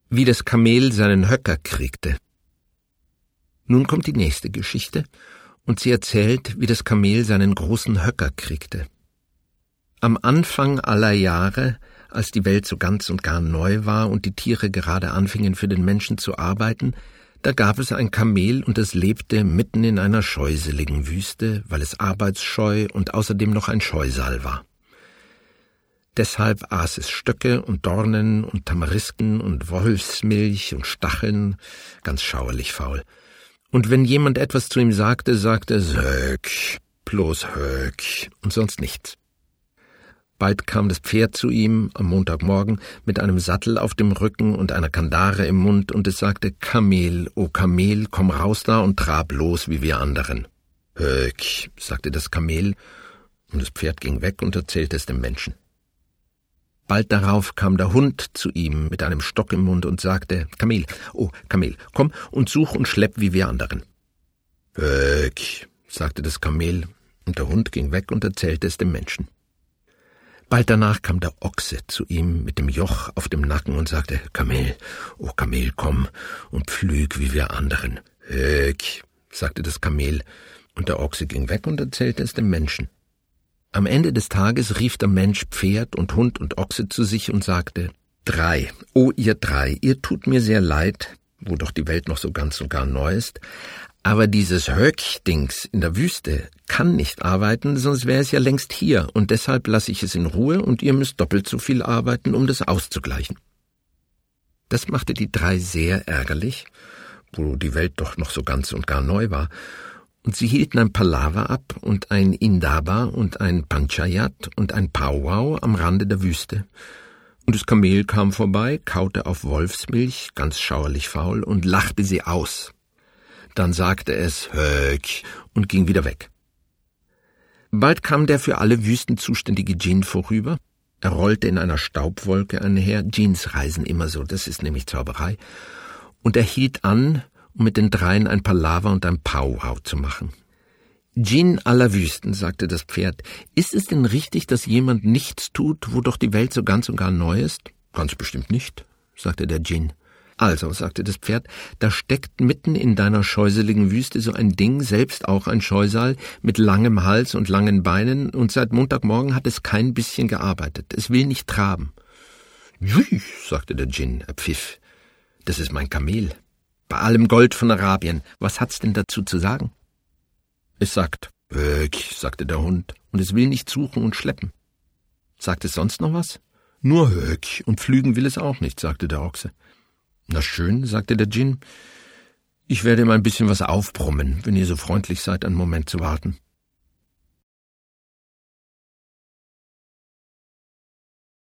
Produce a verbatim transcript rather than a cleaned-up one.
Wie das Kamel seinen Höcker kriegte. Nun kommt die nächste Geschichte, und sie erzählt, wie das Kamel seinen großen Höcker kriegte. Am Anfang aller Jahre, als die Welt so ganz und gar neu war und die Tiere gerade anfingen für den Menschen zu arbeiten, da gab es ein Kamel und es lebte mitten in einer scheuseligen Wüste, weil es arbeitsscheu und außerdem noch ein Scheusal war. Deshalb aß es Stöcke und Dornen und Tamarisken und Wolfsmilch und Stacheln, ganz schauerlich faul. Und wenn jemand etwas zu ihm sagte, sagte es Höck, bloß Höck und sonst nichts. Bald kam das Pferd zu ihm am Montagmorgen mit einem Sattel auf dem Rücken und einer Kandare im Mund, und es sagte, Kamel, o Kamel, komm raus da und trab los wie wir anderen. Höck, sagte das Kamel, und das Pferd ging weg und erzählte es dem Menschen. Bald darauf kam der Hund zu ihm mit einem Stock im Mund und sagte, Kamel, oh Kamel, komm und such und schlepp wie wir anderen. Höck, sagte das Kamel, und der Hund ging weg und erzählte es dem Menschen. Bald danach kam der Ochse zu ihm mit dem Joch auf dem Nacken und sagte, Kamel, oh Kamel, komm und pflüg wie wir anderen. Höck, sagte das Kamel, und der Ochse ging weg und erzählte es dem Menschen. Am Ende des Tages rief der Mensch Pferd und Hund und Ochse zu sich und sagte, Drei, oh ihr drei, ihr tut mir sehr leid, wo doch die Welt noch so ganz und gar neu ist, aber dieses Höck-Dings in der Wüste kann nicht arbeiten, sonst wäre es ja längst hier, und deshalb lasse ich es in Ruhe und ihr müsst doppelt so viel arbeiten, um das auszugleichen. Das machte die drei sehr ärgerlich, wo die Welt doch noch so ganz und gar neu war, und sie hielten ein Palaver ab und ein Indaba und ein Panchayat und ein Powwow am Rande der Wüste. Und das Kamel kam vorbei, kaute auf Wolfsmilch, ganz schauerlich faul, und lachte sie aus. Dann sagte es Höck und ging wieder weg. Bald kam der für alle Wüsten zuständige Djinn vorüber. Er rollte in einer Staubwolke einher. Djinns reisen immer so, das ist nämlich Zauberei. Und er hielt an, um mit den dreien ein Palaver und ein Powwow zu machen. Djinn aller Wüsten, sagte das Pferd, ist es denn richtig, dass jemand nichts tut, wo doch die Welt so ganz und gar neu ist? Ganz bestimmt nicht, sagte der Djinn. Also, sagte das Pferd, da steckt mitten in deiner scheuseligen Wüste so ein Ding, selbst auch ein Scheusal, mit langem Hals und langen Beinen, und seit Montagmorgen hat es kein bisschen gearbeitet. Es will nicht traben. Jui, sagte der Djinn, er pfiff. Das ist mein Kamel. Bei allem Gold von Arabien, was hat's denn dazu zu sagen? Es sagt, Höck, sagte der Hund, und es will nicht suchen und schleppen. Sagt es sonst noch was? Nur Höck, und pflügen will es auch nicht, sagte der Ochse. Na schön, sagte der Djinn. Ich werde ihm ein bisschen was aufbrummen, wenn ihr so freundlich seid, einen Moment zu warten.